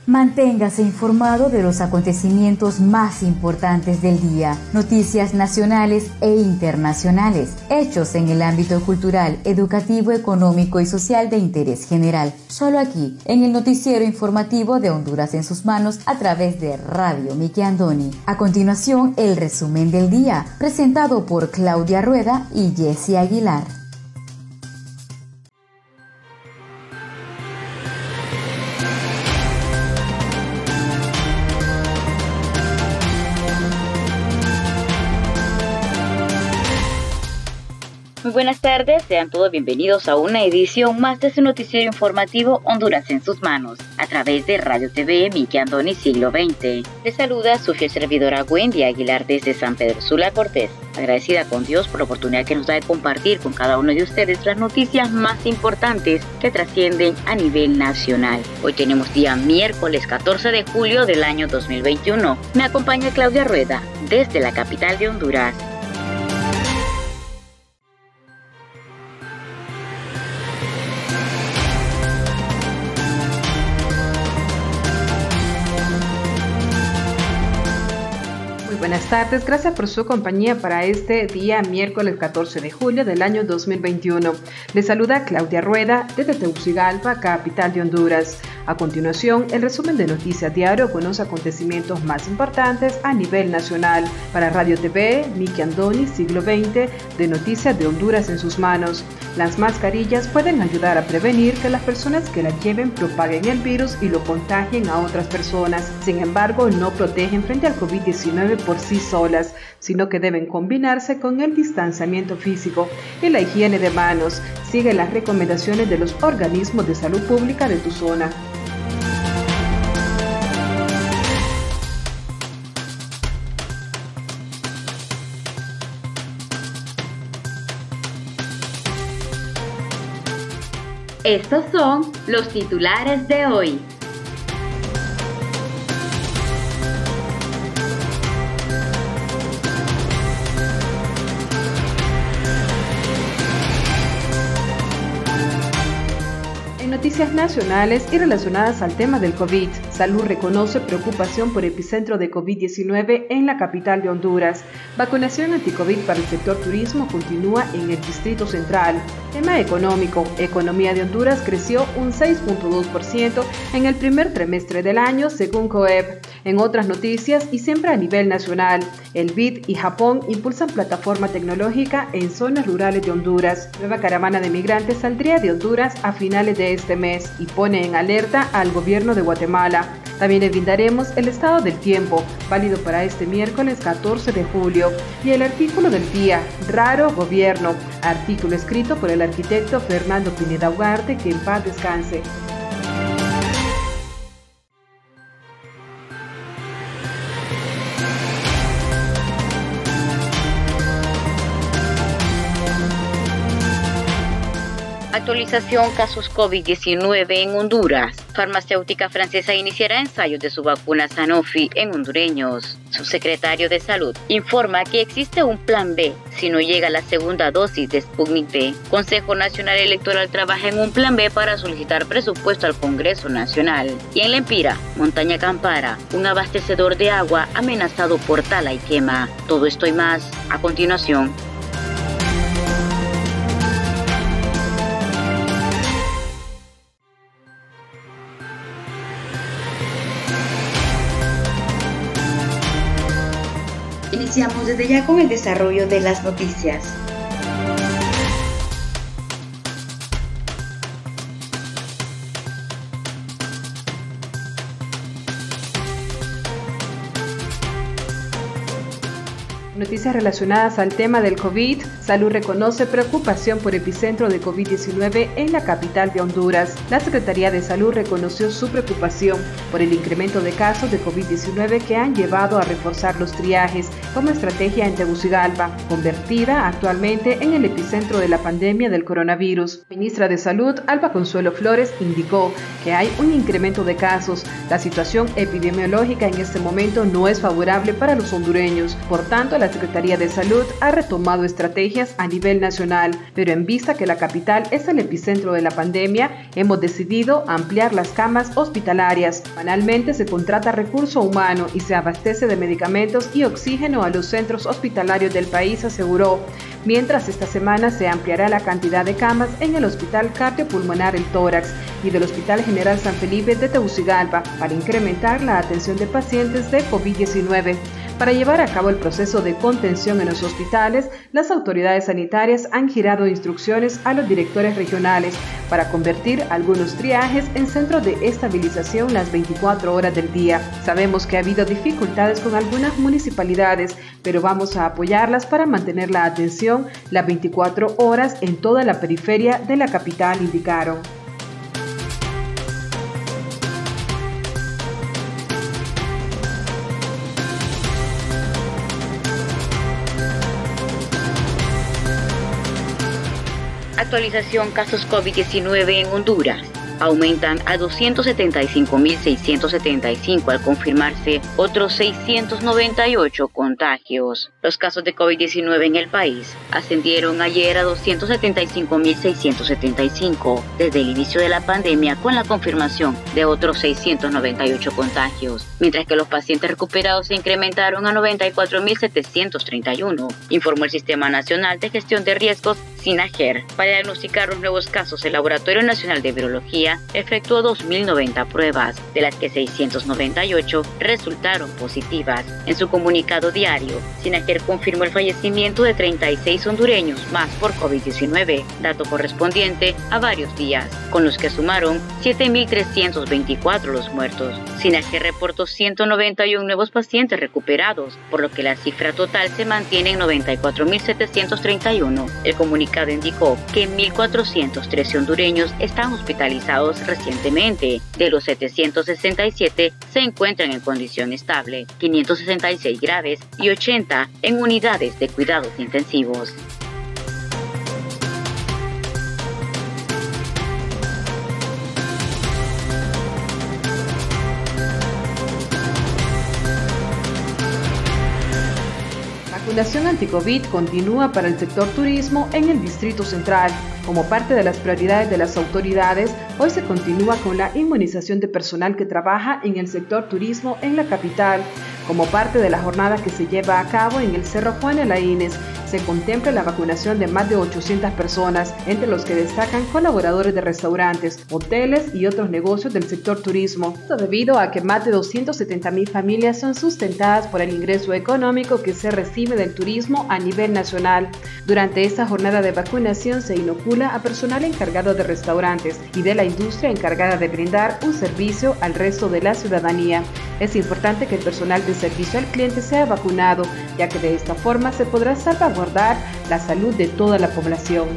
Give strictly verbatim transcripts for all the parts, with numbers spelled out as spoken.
Manténgase informado de los acontecimientos más importantes del día, noticias nacionales e internacionales, hechos en el ámbito cultural, educativo, económico y social de interés general. Solo aquí, en el noticiero informativo de Honduras en sus manos a través de Radio Miki Andoni. A continuación, el resumen del día, presentado por Claudia Rueda y Jessie Aguilar. Muy buenas tardes, sean todos bienvenidos a una edición más de su noticiero informativo Honduras en sus manos, a través de Radio T V Miki Andoni Siglo veinte. Les saluda su fiel servidora Wendy Aguilar desde San Pedro Sula Cortés, agradecida con Dios por la oportunidad que nos da de compartir con cada uno de ustedes las noticias más importantes que trascienden a nivel nacional. Hoy tenemos día miércoles catorce de julio del año dos mil veintiuno. Me acompaña Claudia Rueda desde la capital de Honduras. Buenas tardes, gracias por su compañía para este día miércoles catorce de julio del año dos mil veintiuno. Les saluda Claudia Rueda desde Tegucigalpa, capital de Honduras. A continuación, el resumen de Noticias Diario con los acontecimientos más importantes a nivel nacional. Para Radio T V, Miki Andoni Siglo veinte, de Noticias de Honduras en sus manos. Las mascarillas pueden ayudar a prevenir que las personas que las lleven propaguen el virus y lo contagien a otras personas. Sin embargo, no protegen frente al COVID diecinueve por sí solas, sino que deben combinarse con el distanciamiento físico y la higiene de manos. Sigue las recomendaciones de los organismos de salud pública de tu zona. Estos son los titulares de hoy. Noticias nacionales y relacionadas al tema del COVID. Salud reconoce preocupación por epicentro de COVID diecinueve en la capital de Honduras. Vacunación anti-COVID para el sector turismo continúa en el Distrito Central. Tema económico. Economía de Honduras creció un seis punto dos por ciento en el primer trimestre del año, según COEP. En otras noticias, y siempre a nivel nacional, el B I D y Japón impulsan plataforma tecnológica en zonas rurales de Honduras. Nueva caravana de migrantes saldría de Honduras a finales de este mes y pone en alerta al gobierno de Guatemala. También le brindaremos el estado del tiempo, válido para este miércoles catorce de julio, y el artículo del día, Raro Gobierno, artículo escrito por el arquitecto Fernando Pineda Ugarte, que en paz descanse. Actualización casos COVID diecinueve en Honduras. Farmacéutica francesa iniciará ensayos de su vacuna Sanofi en hondureños. Subsecretario de Salud informa que existe un plan B si no llega la segunda dosis de Sputnik V. Consejo Nacional Electoral trabaja en un plan B para solicitar presupuesto al Congreso Nacional. Y en La Empira, Montaña Campara, un abastecedor de agua amenazado por tala y quema. Todo esto y más a continuación. Iniciamos desde ya con el desarrollo de las noticias. Noticias relacionadas al tema del COVID. Salud reconoce preocupación por epicentro de COVID diecinueve en la capital de Honduras. La Secretaría de Salud reconoció su preocupación por el incremento de casos de COVID diecinueve que han llevado a reforzar los triajes como estrategia en Tegucigalpa, convertida actualmente en el epicentro de la pandemia del coronavirus. Ministra de Salud, Alba Consuelo Flores, indicó que hay un incremento de casos. La situación epidemiológica en este momento no es favorable para los hondureños. Por tanto, la la Secretaría de Salud ha retomado estrategias a nivel nacional, pero en vista que la capital es el epicentro de la pandemia, hemos decidido ampliar las camas hospitalarias. Semanalmente se contrata recurso humano y se abastece de medicamentos y oxígeno a los centros hospitalarios del país, aseguró. Mientras esta semana se ampliará la cantidad de camas en el Hospital Cardiopulmonar El Tórax y del Hospital General San Felipe de Tegucigalpa para incrementar la atención de pacientes de COVID diecinueve. Para llevar a cabo el proceso de contención en los hospitales, las autoridades sanitarias han girado instrucciones a los directores regionales para convertir algunos triajes en centros de estabilización las veinticuatro horas del día. Sabemos que ha habido dificultades con algunas municipalidades, pero vamos a apoyarlas para mantener la atención las veinticuatro horas en toda la periferia de la capital, indicaron. Actualización casos COVID diecinueve en Honduras. Aumentan a doscientos setenta y cinco mil seiscientos setenta y cinco al confirmarse otros seiscientos noventa y ocho contagios. Los casos de COVID diecinueve en el país ascendieron ayer a doscientos setenta y cinco mil seiscientos setenta y cinco desde el inicio de la pandemia, con la confirmación de otros seiscientos noventa y ocho contagios, mientras que los pacientes recuperados se incrementaron a noventa y cuatro mil setecientos treinta y uno, informó el Sistema Nacional de Gestión de Riesgos, SINAGER. Para diagnosticar los nuevos casos, el Laboratorio Nacional de Virología efectuó dos mil noventa pruebas, de las que seiscientos noventa y ocho resultaron positivas. En su comunicado diario, SINAGER confirmó el fallecimiento de treinta y seis hondureños más por COVID diecinueve, dato correspondiente a varios días, con los que sumaron siete mil trescientos veinticuatro los muertos. SINAGER reportó ciento noventa y uno nuevos pacientes recuperados, por lo que la cifra total se mantiene en noventa y cuatro mil setecientos treinta y uno. El comunicado indicó que mil cuatrocientos trece hondureños están hospitalizados recientemente. De los setecientos sesenta y siete se encuentran en condición estable, quinientos sesenta y seis graves y ochenta en unidades de cuidados intensivos. La vacunación anti-COVID continúa para el sector turismo en el Distrito Central. Como parte de las prioridades de las autoridades, hoy se continúa con la inmunización de personal que trabaja en el sector turismo en la capital. Como parte de la jornada que se lleva a cabo en el Cerro Juan Alaínez, se contempla la vacunación de más de ochocientas personas, entre los que destacan colaboradores de restaurantes, hoteles y otros negocios del sector turismo. Esto debido a que más de doscientas setenta mil familias son sustentadas por el ingreso económico que se recibe del turismo a nivel nacional. Durante esta jornada de vacunación se inocula a personal encargado de restaurantes y de la industria encargada de brindar un servicio al resto de la ciudadanía. Es importante que el personal de servicio al cliente sea vacunado, ya que de esta forma se podrá salvaguardar la salud de toda la población.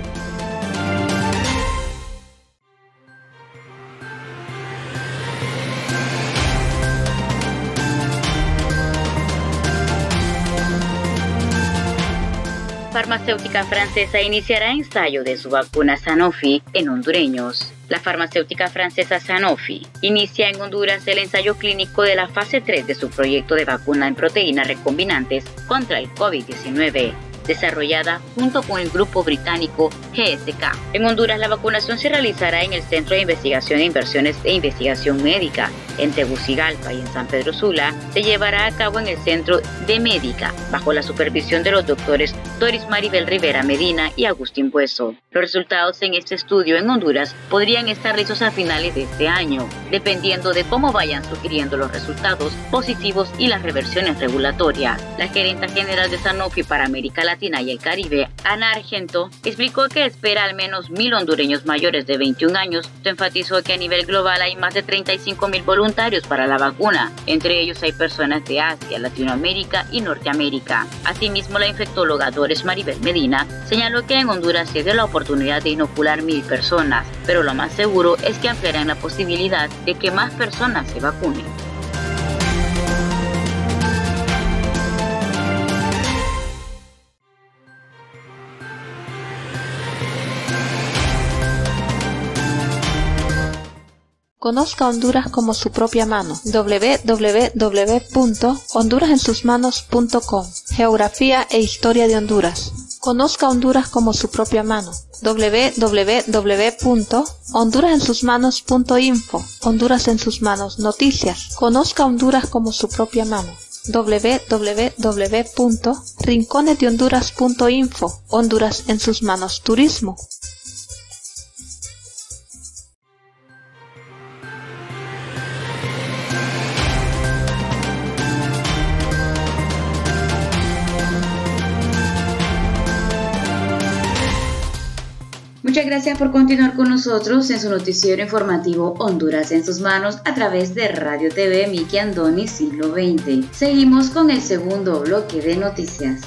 Farmacéutica francesa iniciará ensayo de su vacuna Sanofi en hondureños. La farmacéutica francesa Sanofi inicia en Honduras el ensayo clínico de la fase tres de su proyecto de vacuna en proteínas recombinantes contra el COVID diecinueve. Desarrollada junto con el grupo británico G S K. En Honduras, la vacunación se realizará en el Centro de Investigación e Inversiones e Investigación Médica. En Tegucigalpa y en San Pedro Sula se llevará a cabo en el Centro de Médica, bajo la supervisión de los doctores Doris Maribel Rivera Medina y Agustín Bueso. Los resultados en este estudio en Honduras podrían estar listos a finales de este año, dependiendo de cómo vayan sugiriendo los resultados positivos y las reversiones regulatorias. La gerenta general de Sanofi para América Latina y el Caribe, Ana Argento, explicó que espera al menos mil hondureños mayores de veintiún años. Enfatizó que a nivel global hay más de treinta y cinco mil voluntarios para la vacuna. Entre ellos hay personas de Asia, Latinoamérica y Norteamérica. Asimismo, la infectóloga Doris Maribel Medina señaló que en Honduras se dio la oportunidad de inocular mil personas, pero lo más seguro es que ampliarán la posibilidad de que más personas se vacunen. Conozca Honduras como su propia mano. doble u doble u doble u punto honduras en sus manos punto com. Geografía e historia de Honduras. Conozca Honduras como su propia mano. doble u doble u doble u punto honduras en sus manos punto info. Honduras en sus manos noticias. Conozca Honduras como su propia mano. doble u doble u doble u punto rincones de honduras punto info. Honduras en sus manos turismo. Muchas gracias por continuar con nosotros en su noticiero informativo Honduras en sus manos a través de Radio T V Miki Andoni Siglo veinte. Seguimos con el segundo bloque de noticias.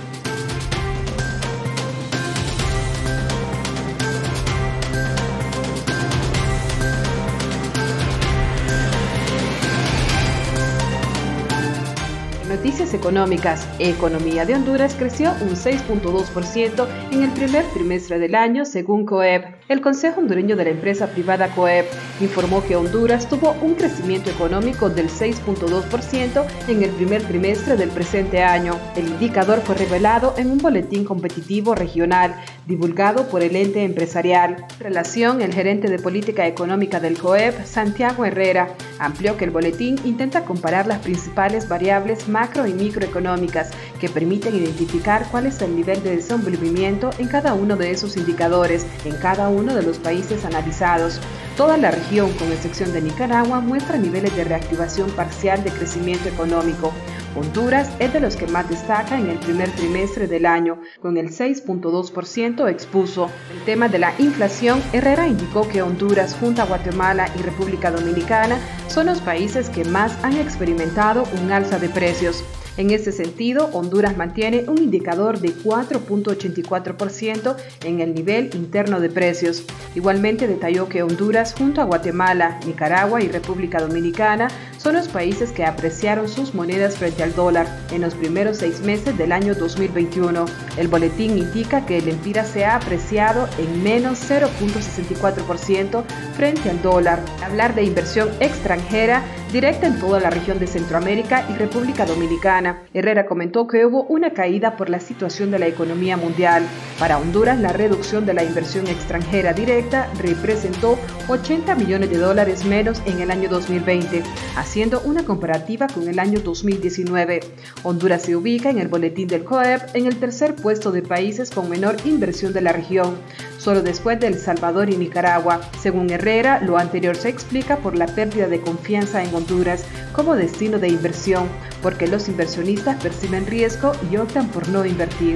Noticias económicas. Economía de Honduras creció un seis punto dos por ciento en el primer trimestre del año, según COEP. El Consejo Hondureño de la Empresa Privada COEP informó que Honduras tuvo un crecimiento económico del seis punto dos por ciento en el primer trimestre del presente año. El indicador fue revelado en un boletín competitivo regional divulgado por el ente empresarial. En relación, el gerente de política económica del COEP, Santiago Herrera, amplió que el boletín intenta comparar las principales variables macro y microeconómicas que permiten identificar cuál es el nivel de desenvolvimiento en cada uno de esos indicadores en cada uno de los países analizados. Toda la región, con excepción de Nicaragua, muestra niveles de reactivación parcial de crecimiento económico. Honduras es de los que más destaca en el primer trimestre del año, con el seis punto dos por ciento expuso. El tema de la inflación, Herrera indicó que Honduras, junto a Guatemala y República Dominicana, son los países que más han experimentado un alza de precios. En ese sentido, Honduras mantiene un indicador de cuatro punto ochenta y cuatro por ciento en el nivel interno de precios. Igualmente detalló que Honduras, junto a Guatemala, Nicaragua y República Dominicana, son los países que apreciaron sus monedas frente al dólar en los primeros seis meses del año dos mil veintiuno. El boletín indica que el empira se ha apreciado en menos cero punto sesenta y cuatro por ciento frente al dólar. Hablar de inversión extranjera directa en toda la región de Centroamérica y República Dominicana. Herrera comentó que hubo una caída por la situación de la economía mundial. Para Honduras, la reducción de la inversión extranjera directa representó ochenta millones de dólares menos en el año dos mil veinte, haciendo una comparativa con el año dos mil diecinueve. Honduras se ubica en el boletín del COEP en el tercer puesto de países con menor inversión de la región, solo después de El Salvador y Nicaragua. Según Herrera, lo anterior se explica por la pérdida de confianza en Honduras como destino de inversión, porque los inversionistas perciben riesgo y optan por no invertir.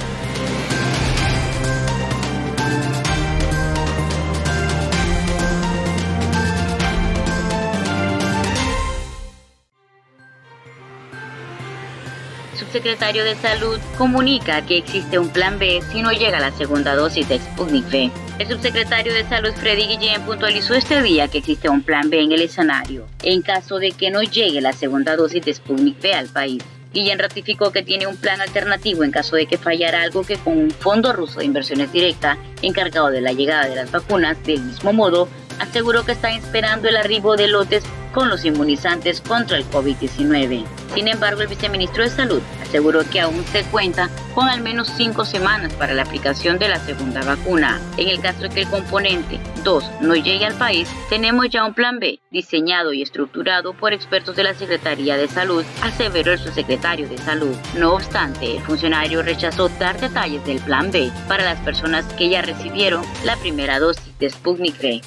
Subsecretario de Salud comunica que existe un plan B si no llega la segunda dosis de Sputnik V. El subsecretario de Salud Freddy Guillén puntualizó este día que existe un plan B en el escenario en caso de que no llegue la segunda dosis de Sputnik V al país. Guillén ratificó que tiene un plan alternativo en caso de que fallara algo, que con un fondo ruso de inversiones directas encargado de la llegada de las vacunas. Del mismo modo, aseguró que están esperando el arribo de lotes con los inmunizantes contra el COVID diecinueve. Sin embargo, el viceministro de Salud aseguró que aún se cuenta con al menos cinco semanas para la aplicación de la segunda vacuna. En el caso de que el componente dos no llegue al país, tenemos ya un plan B diseñado y estructurado por expertos de la Secretaría de Salud, aseveró el subsecretario de Salud. No obstante, el funcionario rechazó dar detalles del plan B para las personas que ya recibieron la primera dosis de Sputnik V.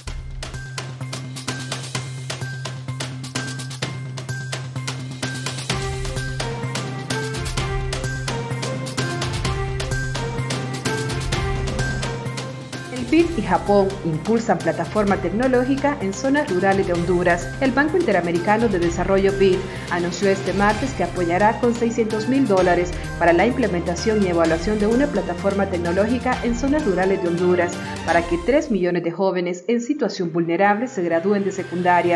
B I D y Japón impulsan plataforma tecnológica en zonas rurales de Honduras. El Banco Interamericano de Desarrollo B I D anunció este martes que apoyará con seiscientos mil dólares para la implementación y evaluación de una plataforma tecnológica en zonas rurales de Honduras para que tres millones de jóvenes en situación vulnerable se gradúen de secundaria.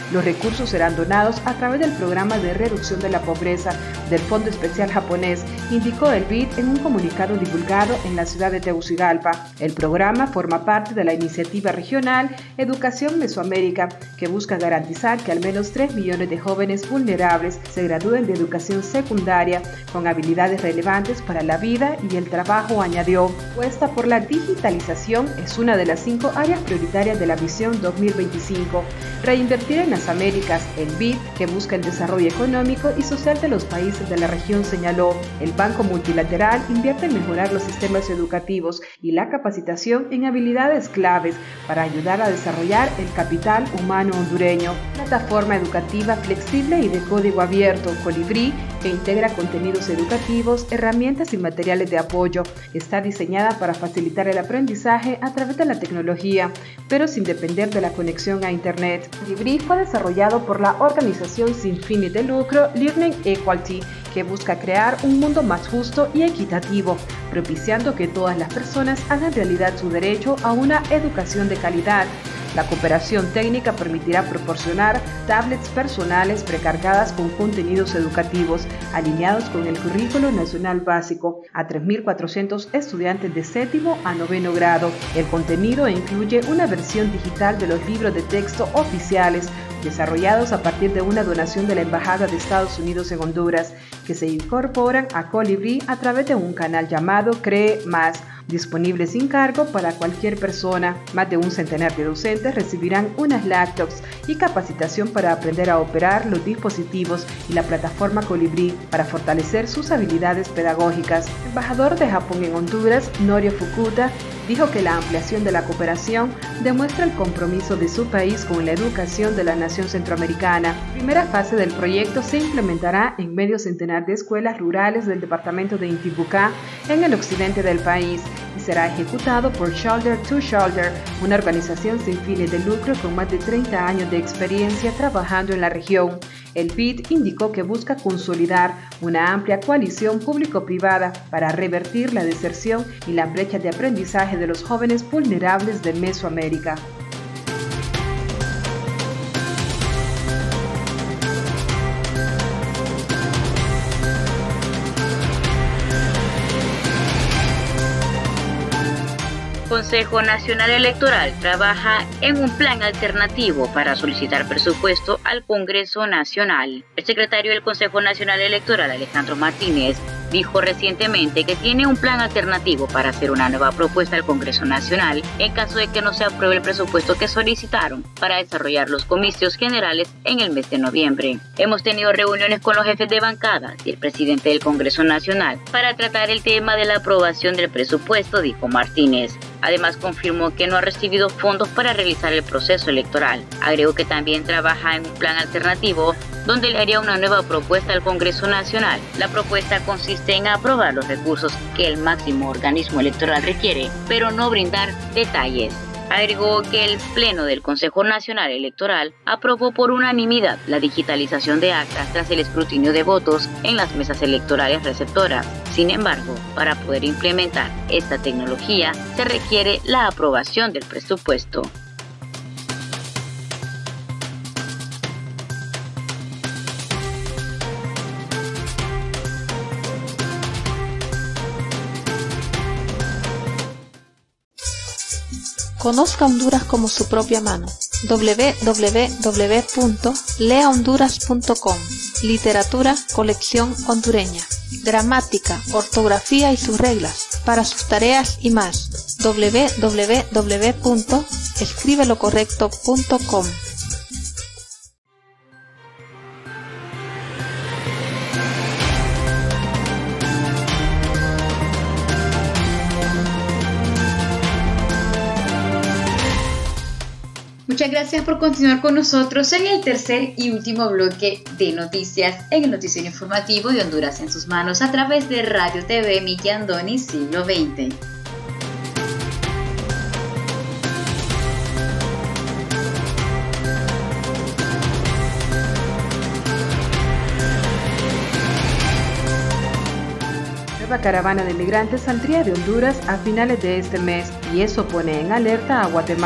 Los recursos serán donados a través del Programa de Reducción de la Pobreza del Fondo Especial Japonés, indicó el B I D en un comunicado divulgado en la ciudad de Tegucigalpa. El programa forma parte de la iniciativa regional Educación Mesoamérica, que busca garantizar que al menos tres millones de jóvenes vulnerables se gradúen de educación secundaria con habilidades relevantes para la vida y el trabajo, añadió. Apuesta por la digitalización es una de las cinco áreas prioritarias de la Visión dos mil veinticinco. Reinvertir en las Américas, el B I D, que busca el desarrollo económico y social de los países de la región, señaló. El Banco Multilateral invierte en mejorar los sistemas educativos y la capacitación en habilidades claves para ayudar a desarrollar el capital humano hondureño. Plataforma educativa flexible y de código abierto, Colibrí, que integra contenidos educativos, herramientas y materiales de apoyo. Está diseñada para facilitar el aprendizaje a través de la tecnología, pero sin depender de la conexión a Internet. Colibrí fue desarrollado por la organización sin fines de lucro Learning Equality, que busca crear un mundo más justo y equitativo, propiciando que todas las personas hagan realidad su derecho a una educación de calidad. La cooperación técnica permitirá proporcionar tablets personales precargadas con contenidos educativos alineados con el currículo nacional básico a tres mil cuatrocientos estudiantes de séptimo a noveno grado. El contenido incluye una versión digital de los libros de texto oficiales desarrollados a partir de una donación de la Embajada de Estados Unidos en Honduras, que se incorporan a Colibrí a través de un canal llamado Cree Más, disponible sin cargo para cualquier persona. Más de un centenar de docentes recibirán unas laptops y capacitación para aprender a operar los dispositivos y la plataforma Colibrí para fortalecer sus habilidades pedagógicas. El embajador de Japón en Honduras, Norio Fukuda, dijo que la ampliación de la cooperación demuestra el compromiso de su país con la educación de la nación centroamericana. La primera fase del proyecto se implementará en medio centenar de escuelas rurales del departamento de Intibucá, en el occidente del país, y será ejecutado por Shoulder to Shoulder, una organización sin fines de lucro con más de treinta años de experiencia trabajando en la región. El B I D indicó que busca consolidar una amplia coalición público-privada para revertir la deserción y la brecha de aprendizaje de los jóvenes vulnerables de Mesoamérica. Consejo Nacional Electoral trabaja en un plan alternativo para solicitar presupuesto al Congreso Nacional. El secretario del Consejo Nacional Electoral, Alejandro Martínez, dijo recientemente que tiene un plan alternativo para hacer una nueva propuesta al Congreso Nacional en caso de que no se apruebe el presupuesto que solicitaron para desarrollar los comicios generales en el mes de noviembre. Hemos tenido reuniones con los jefes de bancadas y el presidente del Congreso Nacional para tratar el tema de la aprobación del presupuesto, dijo Martínez. Además, confirmó que no ha recibido fondos para realizar el proceso electoral. Agregó que también trabaja en un plan alternativo donde le haría una nueva propuesta al Congreso Nacional. La propuesta consiste en aprobar los recursos que el máximo organismo electoral requiere, pero no brindar detalles. Agregó que el Pleno del Consejo Nacional Electoral aprobó por unanimidad la digitalización de actas tras el escrutinio de votos en las mesas electorales receptoras. Sin embargo, para poder implementar esta tecnología se requiere la aprobación del presupuesto. Conozca Honduras como su propia mano. doble u doble u doble u punto lea honduras punto com. Literatura, colección hondureña. Gramática, ortografía y sus reglas. Para sus tareas y más. doble u doble u doble u punto escribe lo correcto punto com. Muchas gracias por continuar con nosotros en el tercer y último bloque de noticias en el noticiero informativo de Honduras en sus manos a través de Radio T V Miki Andoni Siglo veinte. La caravana de migrantes saldría de Honduras a finales de este mes y eso pone en alerta a Guatemala.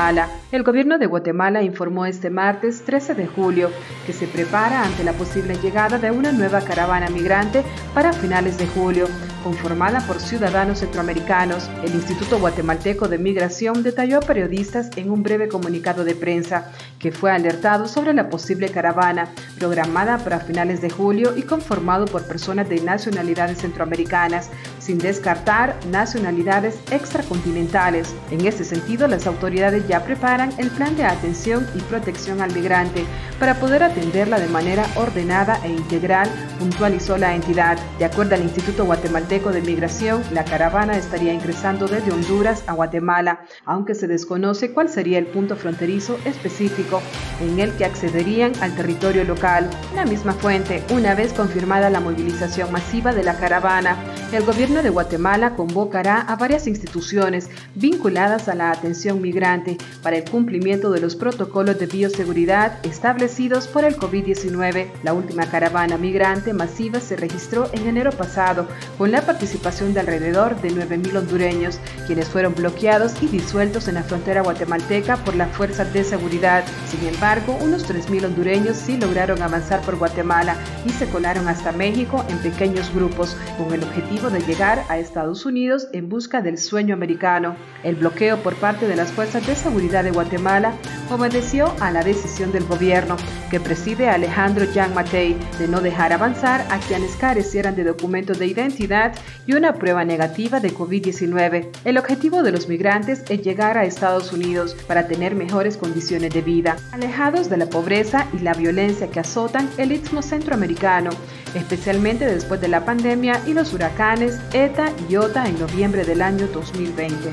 El gobierno de Guatemala informó este martes trece de julio que se prepara ante la posible llegada de una nueva caravana migrante para finales de julio, conformada por ciudadanos centroamericanos. El Instituto Guatemalteco de Migración detalló a periodistas en un breve comunicado de prensa que fue alertado sobre la posible caravana programada para finales de julio y conformado por personas de nacionalidades centroamericanas, sin descartar nacionalidades extracontinentales. En ese sentido, las autoridades ya preparan el plan de atención y protección al migrante para poder atenderla de manera ordenada e integral, puntualizó la entidad. De acuerdo al Instituto Guatemalteco de Migración, la caravana estaría ingresando desde Honduras a Guatemala, aunque se desconoce cuál sería el punto fronterizo específico en el que accederían al territorio local. La misma fuente, una vez confirmada la movilización masiva de la caravana, el gobierno de Guatemala convocará a varias instituciones vinculadas a la atención migrante para el cumplimiento de los protocolos de bioseguridad establecidos por el COVID diecinueve. La última caravana migrante masiva se registró en enero pasado, con la participación de alrededor de nueve mil hondureños, quienes fueron bloqueados y disueltos en la frontera guatemalteca por la fuerza de seguridad. Sin embargo, unos tres mil hondureños sí lograron avanzar por Guatemala y se colaron hasta México en pequeños grupos, con el objetivo de llegar a Estados Unidos en busca del sueño americano. El bloqueo por parte de las fuerzas de seguridad de Guatemala obedeció a la decisión del gobierno, que preside Alejandro Yamatei, de no dejar avanzar a quienes carecieran de documentos de identidad y una prueba negativa de COVID diecinueve. El objetivo de los migrantes es llegar a Estados Unidos para tener mejores condiciones de vida, alejados de la pobreza y la violencia que azotan el istmo centroamericano, especialmente después de la pandemia y los huracanes Eta y Iota en noviembre del año dos mil veinte.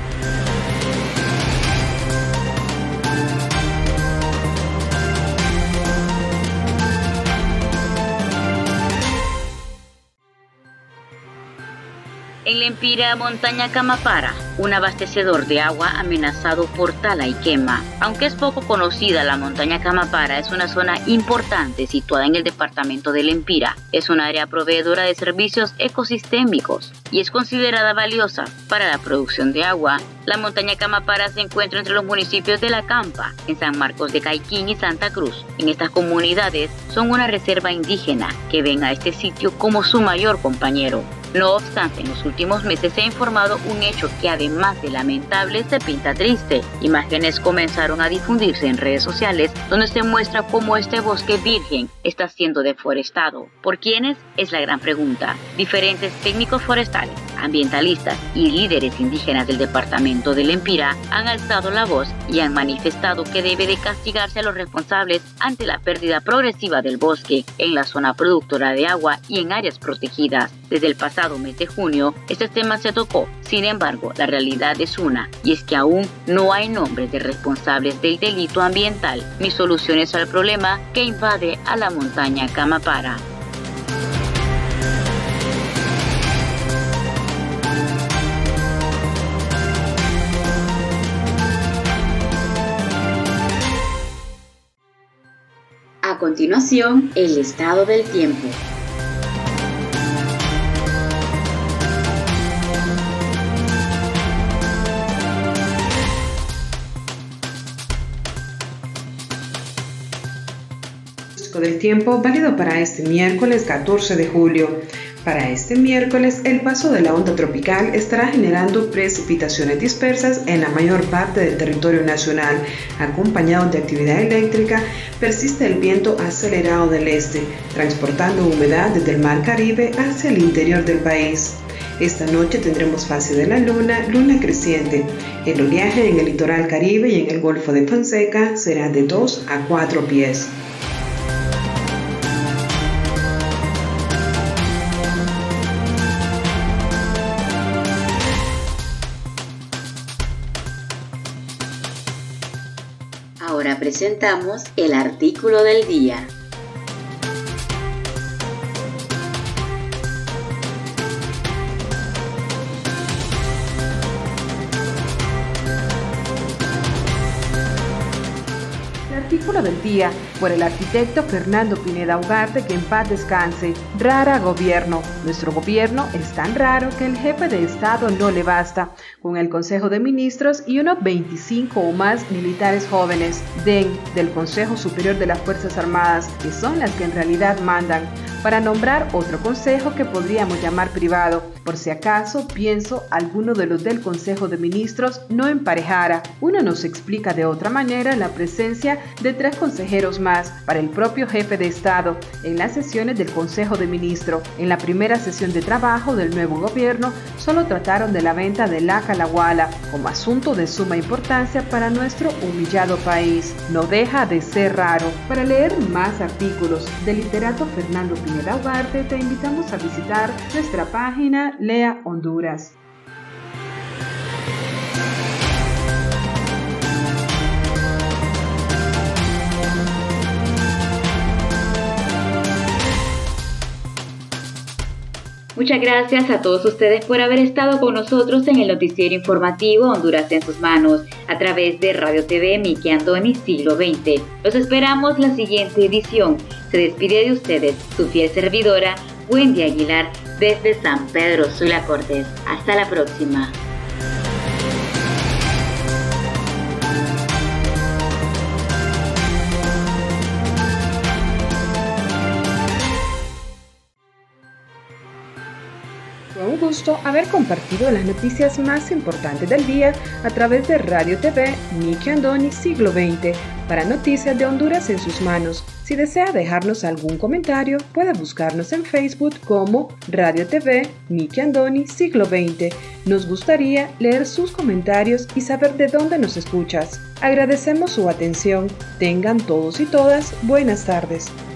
En Lempira, montaña Camapara, un abastecedor de agua amenazado por tala y quema. Aunque es poco conocida, la montaña Camapara es una zona importante situada en el departamento de Lempira. Es un área proveedora de servicios ecosistémicos y es considerada valiosa para la producción de agua. La montaña Camapara se encuentra entre los municipios de La Campa, en San Marcos de Caiquín y Santa Cruz. En estas comunidades son una reserva indígena que ven a este sitio como su mayor compañero. No obstante, en los últimos meses se ha informado un hecho que, además de lamentable, se pinta triste. Imágenes comenzaron a difundirse en redes sociales donde se muestra cómo este bosque virgen está siendo deforestado. ¿Por quiénes? Es la gran pregunta. Diferentes técnicos forestales, ambientalistas y líderes indígenas del departamento de Lempira han alzado la voz y han manifestado que debe de castigarse a los responsables ante la pérdida progresiva del bosque en la zona productora de agua y en áreas protegidas. Desde el pasado mes de junio, este tema se tocó. Sin embargo, la realidad es una, y es que aún no hay nombres de responsables del delito ambiental ni soluciones al problema que invade a la montaña Camapara. A continuación, el estado del tiempo. Del tiempo válido para este miércoles catorce de julio. Para este miércoles, el paso de la onda tropical estará generando precipitaciones dispersas en la mayor parte del territorio nacional. Acompañado de actividad eléctrica, persiste el viento acelerado del este, transportando humedad desde el mar Caribe hacia el interior del país. Esta noche tendremos fase de la luna, luna creciente. El oleaje en el litoral Caribe y en el Golfo de Fonseca será de dos a cuatro pies. Ahora presentamos el artículo del día. Artículo del día, por el arquitecto Fernando Pineda Ugarte, que en paz descanse. Rara gobierno. Nuestro gobierno es tan raro que el jefe de Estado no le basta. Con el Consejo de Ministros y unos veinticinco o más militares jóvenes, D E N, del Consejo Superior de las Fuerzas Armadas, que son las que en realidad mandan, para nombrar otro consejo que podríamos llamar privado. Por si acaso, pienso, alguno de los del Consejo de Ministros no emparejara. Uno nos explica de otra manera la presencia de tres consejeros más para el propio jefe de Estado en las sesiones del Consejo de Ministros. En la primera sesión de trabajo del nuevo gobierno, solo trataron de la venta de la Calahuala como asunto de suma importancia para nuestro humillado país. No deja de ser raro. Para leer más artículos del literato Fernando Pineda Ugarte, te invitamos a visitar nuestra página Lea Honduras. Muchas gracias a todos ustedes por haber estado con nosotros en el noticiero informativo Honduras en sus manos, a través de Radio T V Miki Andoni Siglo veinte. Los esperamos la siguiente edición. Se despide de ustedes su fiel servidora, Wendy Aguilar, desde San Pedro Sula Cortés. Hasta la próxima. Fue un gusto haber compartido las noticias más importantes del día a través de Radio T V Miki Andoni Siglo veinte para Noticias de Honduras en sus manos. Si desea dejarnos algún comentario, puede buscarnos en Facebook como Radio T V Miki Andoni Siglo veinte. Nos gustaría leer sus comentarios y saber de dónde nos escuchas. Agradecemos su atención. Tengan todos y todas buenas tardes.